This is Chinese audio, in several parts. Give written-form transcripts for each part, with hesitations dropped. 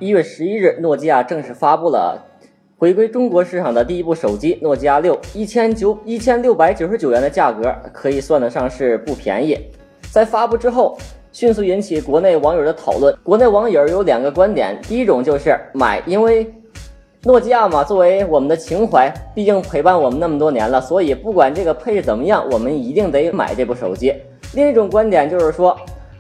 1月11日，诺基亚正式发布了回归中国市场的第一部手机诺基亚6，1699元的价格可以算得上是不便宜。在发布之后，迅速引起国内网友的讨论。国内网友有2个观点，第一种就是买，因为诺基亚嘛，作为我们的情怀，毕竟陪伴我们那么多年了，所以不管这个配置怎么样，我们一定得买这部手机。另一种观点就是说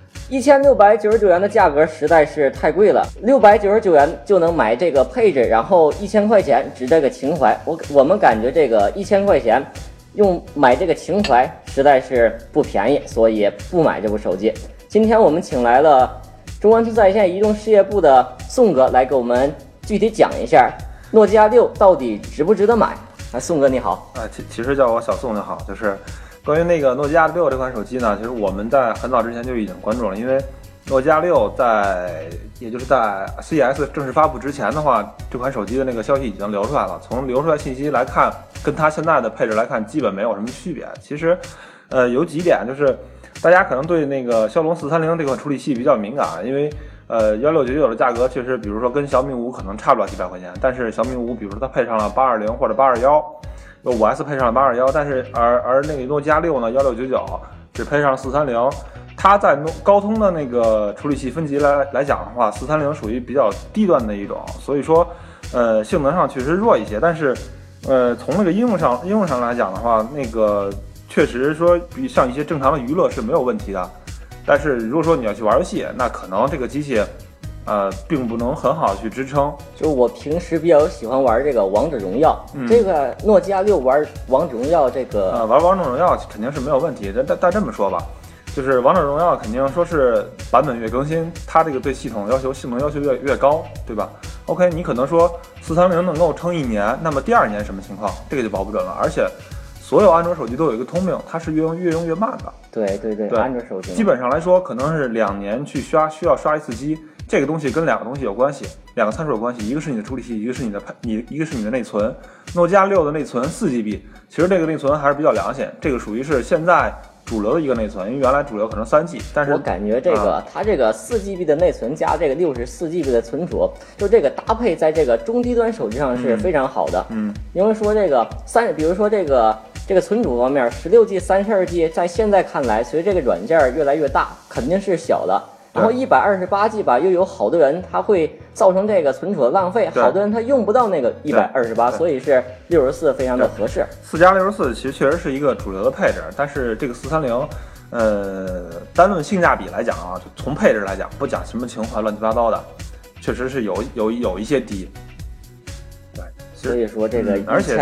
，1699元的价格实在是太贵了，699元就能买这个配置，然后1000块钱值这个情怀。我们感觉这个1000块钱用买这个情怀实在是不便宜，所以不买这部手机。今天我们请来了中关村在线移动事业部的宋哥来给我们具体讲一下诺基亚6到底值不值得买。宋哥你好。 其实叫我小宋就好。就是关于那个诺基亚6这款手机呢，其实我们在很早之前就已经关注了，因为诺基亚6也就是在 CES 正式发布之前的话，这款手机的那个消息已经流出来了。从流出来信息来看，跟它现在的配置来看，基本没有什么区别。其实，有几点就是大家可能对那个骁龙430这款处理器比较敏感，因为1699的价格确实，比如说跟小米5可能差不了几百块钱，但是小米5比如说它配上了820或者821，有5S 配上了821，但是而那个诺基亚6呢1699只配上430。它在高通的那个处理器分级来讲的话，430属于比较低端的一种，所以说性能上确实弱一些，但是从那个应用上来讲的话，那个确实说比像一些正常的娱乐是没有问题的。但是如果说你要去玩游戏，那可能这个机器并不能很好去支撑。 就我平时比较喜欢玩这个王者荣耀，这个诺基亚6玩王者荣耀这个玩王者荣耀肯定是没有问题。但这么说吧，就是王者荣耀肯定说是版本越更新，它这个对系统要求、性能要求越高，对吧 ？OK， 你可能说430能够撑1年，那么第2年什么情况，这个就保不准了。而且所有安卓手机都有一个通病，它是越用越慢的。 对，安卓手机基本上来说，可能是2年去需要刷一次机。这个东西跟2个东西有关系，2个参数有关系，一个是你的处理器，一个是你的内存。诺基亚6的内存4GB，其实这个内存还是比较良心，这个属于是现在主流的一个内存，因为原来主流可能3G， 但是我感觉这个它这个4GB 的内存加这个64GB 的存储，就这个搭配在这个中低端手机上是非常好的。因为说这个比如说这个存储方面，16G、32G， 在现在看来，随着这个软件越来越大，肯定是小的。然后128G 吧，又有好多人他会造成这个存储的浪费，好多人他用不到那个128，所以是64非常的合适。 4+64其实确实是一个主流的配置，但是这个430，单论性价比来讲啊，就从配置来讲，不讲什么情怀乱七八糟的，确实是有一些低。 所以说这个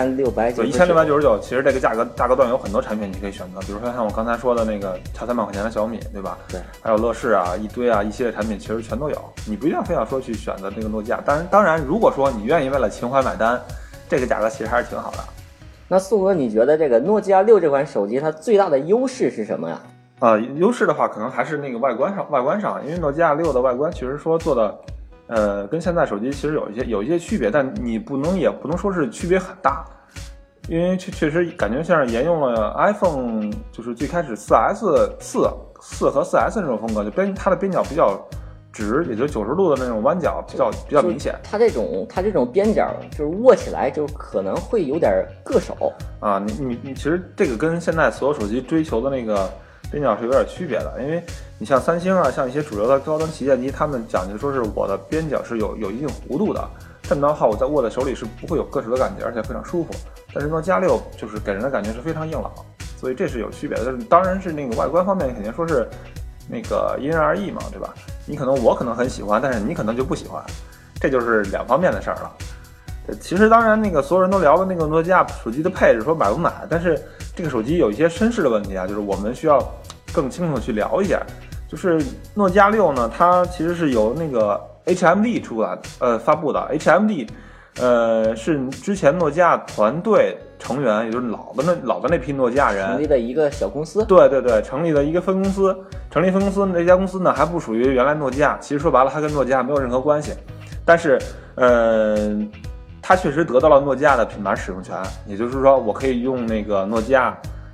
1699，其实这个价格段有很多产品你可以选择，比如说像我刚才说的那个差300块钱的小米，对吧？ 对， 还有乐视啊，一堆啊，一系列产品其实全都有，你不一定非要说去选择这个诺基亚。当然，如果说你愿意为了情怀买单，这个价格其实还是挺好的。 那宋哥，你觉得这个诺基亚6这款手机它最大的优势是什么呀？ 优势的话，可能还是那个外观上，因为诺基亚6的外观其实说做的。跟现在手机其实有一些区别，但你也不能说是区别很大，因为确实感觉像是沿用了 iPhone， 就是最开始 4和 4S 这种风格，就它的边角比较直，也就90度的那种弯角比较明显。 它这种边角就是握起来就可能会有点硌手啊。你其实这个跟现在所有手机追求的那个边角是有点区别的，因为你像三星啊，像一些主流的高端旗舰机，他们讲究说是我的边角是有一定弧度的，这么着的话我在握在手里是不会有硌手的感觉，而且非常舒服。但是诺基亚6就是给人的感觉是非常硬朗，所以这是有区别的。当然是那个外观方面肯定说是那个因人而异嘛，对吧？我可能很喜欢，但是你可能就不喜欢，这就是2方面的事儿了。其实当然那个所有人都聊的那个诺基亚手机的配置说买不买，但是这个手机有一些身世的问题啊，就是我们需要更清楚去聊一下。就是诺基亚6呢，它其实是由那个 HMD 发布的。HMD 是之前诺基亚团队成员，也就是老的那批诺基亚人成立的一个小公司。 对，成立的一个分公司。成立分公司这家公司呢还不属于原来诺基亚，其实说白了它跟诺基亚没有任何关系，但是它确实得到了诺基亚的品牌使用权，也就是说我可以用那个诺基亚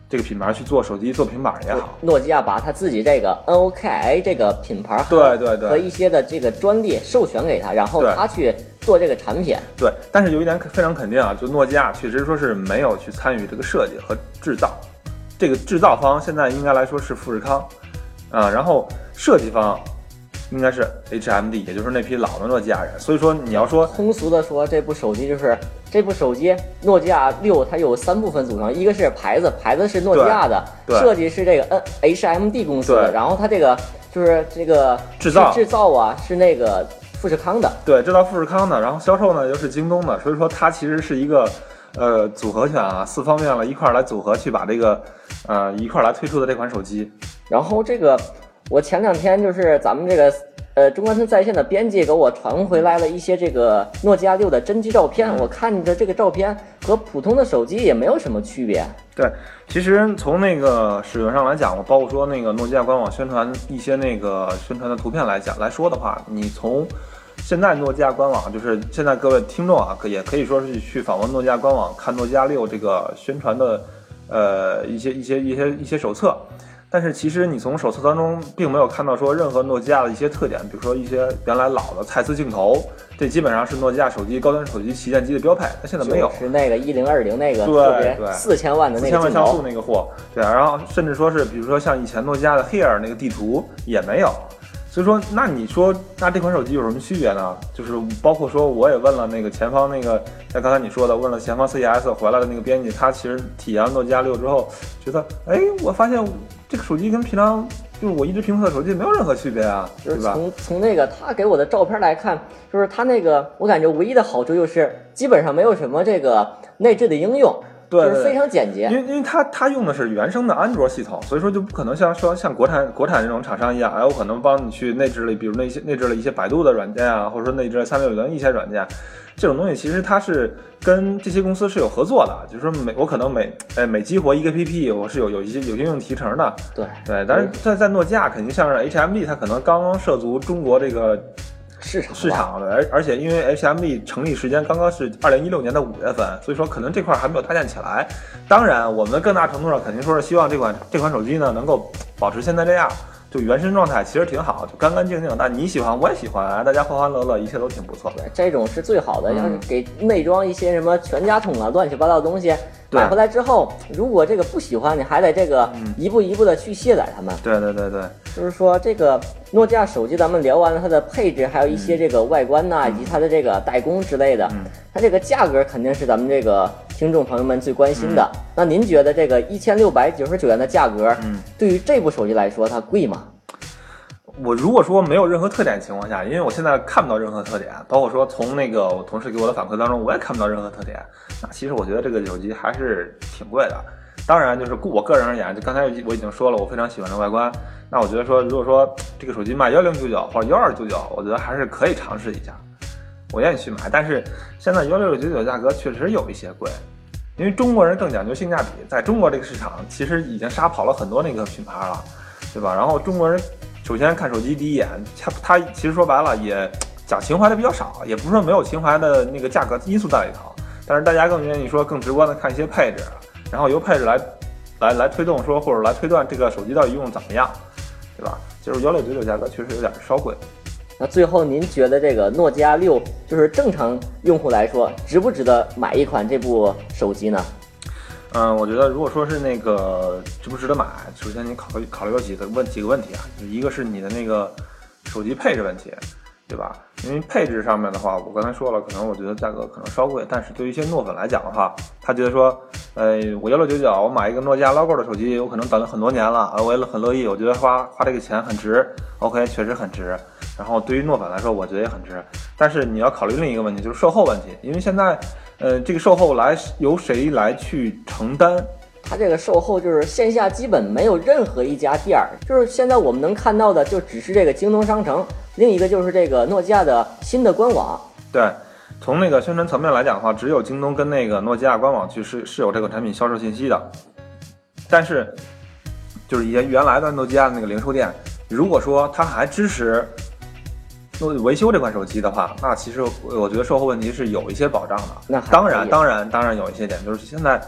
这个品牌去做手机、做平板也好。 诺基亚把他自己这个 NOKI 这个品牌对和一些的这个专利授权给他，然后他去做这个产品。 对，但是有一点非常肯定啊，就诺基亚确实说是没有去参与这个设计和制造，这个制造方现在应该来说是富士康，然后设计方应该是 HMD， 也就是那批老的诺基亚人。所以说你要说通俗的说，这部手机诺基亚6，它有3部分组成，一个是牌子是诺基亚的，设计是这个HMD 公司的，然后它这个就是这个制造啊是那个富士康的， 对，制造富士康的，然后销售呢又是京东的，所以说它其实是一个组合拳啊，4方面了一块来组合去把这个一块来推出的这款手机。 然后这个我前2天就是咱们这个中关村在线的编辑给我传回来了一些这个诺基亚6的真机照片，我看着这个照片和普通的手机也没有什么区别。 对，其实从那个使用上来讲，包括说那个诺基亚官网宣传一些那个宣传的图片来说的话，你从现在诺基亚官网，就是现在各位听众啊，也可以说是去访问诺基亚官网看诺基亚6这个宣传的一些手册。但是其实你从手册当中并没有看到说任何诺基亚的一些特点，比如说一些原来老的蔡司镜头，这基本上是诺基亚手机高端手机旗舰机的标配，但现在没有， 是那个1020那个特别 4000万的那个镜头，4000万像素那个货，对啊，然后甚至说是比如说像以前诺基亚的 Here 那个地图也没有。所以说，那你说，那这款手机有什么区别呢？就是包括说，我也问了那个前方那个，像刚才你说的，问了前方 CES 回来的那个编辑，他其实体验了诺基亚6之后，觉得，哎，我发现这个手机跟平常就是我一直评测的手机没有任何区别啊，对吧？ 从那个他给我的照片来看，就是他那个，我感觉唯一的好处就是基本上没有什么这个内置的应用。 对， 就是非常简洁， 因为它用的是原生的安卓系统，所以说就不可能像国产这种厂商一样，我可能帮你去内置了，比如内置了一些百度的软件啊，或者说内置了360的一些软件，这种东西其实它是跟这些公司是有合作的，就是说我可能每激活一个 APP， 我是有一些应用提成的， 对， 但是在诺基亚肯定像是 HMD， 它可能刚刚涉足中国这个市场的，而且因为 HMD 成立时间刚刚是2016年的5月份，所以说可能这块还没有搭建起来。当然，我们更大程度上肯定说是希望这款手机呢能够保持现在这样，就原生状态其实挺好，就干干净净。但你喜欢我也喜欢，大家欢欢乐乐，一切都挺不错的。 这种是最好的。要是给内装一些什么全家桶啊、乱七八糟的东西，买回来之后，如果这个不喜欢，你还得这个一步一步的去卸载它们。 对， 就是说这个诺基亚手机，咱们聊完了它的配置，还有一些这个外观呐，以及它的这个代工之类的。它这个价格肯定是咱们这个听众朋友们最关心的。那您觉得这个1699元的价格，对于这部手机来说，它贵吗？ 我如果说没有任何特点情况下，因为我现在看不到任何特点，包括说从那个我同事给我的反馈当中，我也看不到任何特点。那其实我觉得这个手机还是挺贵的。当然，就是我个人而言，就刚才我已经说了，我非常喜欢这外观。那我觉得说，如果说这个手机卖1099或者1299，我觉得还是可以尝试一下，我愿意去买。但是现在1699价格确实有一些贵，因为中国人更讲究性价比，在中国这个市场其实已经杀跑了很多那个品牌了，对吧？然后中国人首先看手机第一眼，他其实说白了也讲情怀的比较少，也不是说没有情怀的那个价格因素在里头，但是大家更愿意说更直观的看一些配置，然后由配置来推动说或者来推断这个手机到底用怎么样，对吧？就是1699价格确实有点稍贵。 那最后您觉得这个诺基亚6就是正常用户来说值不值得买一款这部手机呢？ 我觉得如果说是那个值不值得买，首先你考虑有几个问题啊，一个是你的那个手机配置问题，对吧？因为配置上面的话，我刚才说了，可能我觉得价格可能稍贵，但是对于一些诺粉来讲的话，他觉得说，我1699，我买一个诺基亚 logo 的手机，我可能等了很多年了，我也很乐意，我觉得花这个钱很值 ，OK， 确实很值。然后对于诺粉来说，我觉得也很值。但是你要考虑另一个问题，就是售后问题，因为现在，这个售后由谁来去承担？ 它这个售后就是线下基本没有任何一家店儿，就是现在我们能看到的就只是这个京东商城，另一个就是这个诺基亚的新的官网。 对，从那个宣传层面来讲的话，只有京东跟那个诺基亚官网是有这个产品销售信息的，但是就是原来的诺基亚的那个零售店，如果说它还支持维修这款手机的话，那其实我觉得售后问题是有一些保障的。 那当然有一些点，就是现在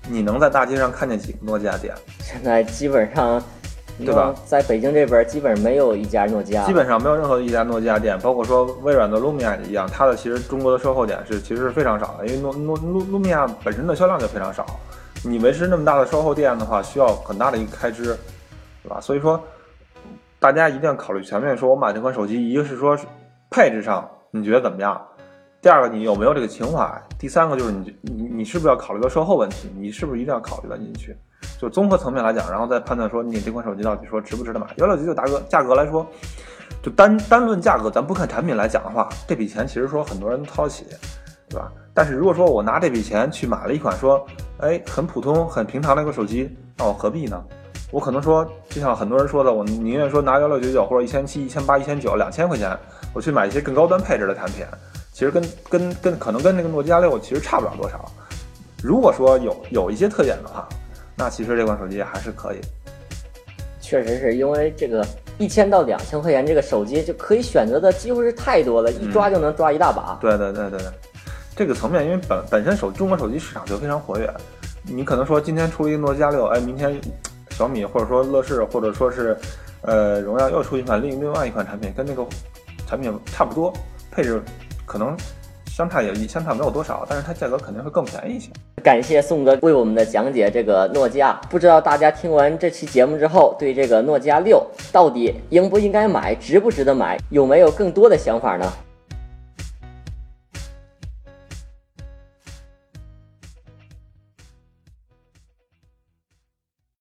你能在大街上看见几个诺基亚店？ 现在基本上， 对吧？ 在北京这边基本没有一家诺基亚， 基本上没有任何一家诺基亚店，包括说微软的 Lumia 也一样，它的其实中国的售后点其实是非常少的，因为Lumia 本身的销量就非常少，你维持那么大的售后店的话，需要很大的一个开支，对吧？所以说，大家一定要考虑全面，说我买这款手机，一个是说配置上你觉得怎么样？第二个，你有没有这个情怀？第三个就是你是不是要考虑到售后问题？你是不是一定要考虑到进去？就综合层面来讲，然后再判断说你这款手机到底说值不值得买。169就价格来说，就单论价格，咱不看产品来讲的话，这笔钱其实说很多人掏得起，对吧？但是如果说我拿这笔钱去买了一款说，很普通很平常的一个手机，那我何必呢？我可能说，就像很多人说的，我宁愿说拿1699或者1700、1800、1900、2000块钱，我去买一些更高端配置的产品。其实可能跟那个诺基亚6其实差不了多少。如果说有一些特点的话，那其实这款手机还是可以。 确实是因为这个1000到2000块钱这个手机就可以选择的几乎是太多了，一抓就能抓一大把。 对，这个层面，因为本身中国手机市场就非常活跃，你可能说今天出一个诺基亚6，明天小米或者说乐视或者说是荣耀又出一款另外一款产品，跟那个产品差不多，配置可能相差没有多少，但是它价格肯定会更便宜一些。 感谢宋哥为我们的讲解这个诺基亚，不知道大家听完这期节目之后，对这个诺基亚6到底应不应该买，值不值得买，有没有更多的想法呢？